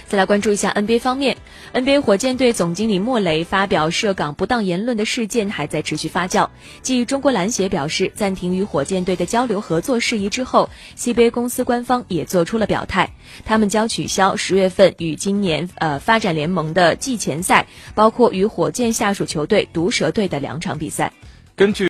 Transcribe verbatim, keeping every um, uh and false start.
再来关注一下 N B A 方面 ，N B A 火箭队总经理莫雷发表涉港不当言论的事件还在持续发酵。继中国篮协表示暂停与火箭队的交流合作事宜之后 ，C B A 公司官方也做出了表态，他们将取消十月份与今年呃发展联盟的季前赛，包括与火箭下属球队毒蛇队的两场比赛。 根据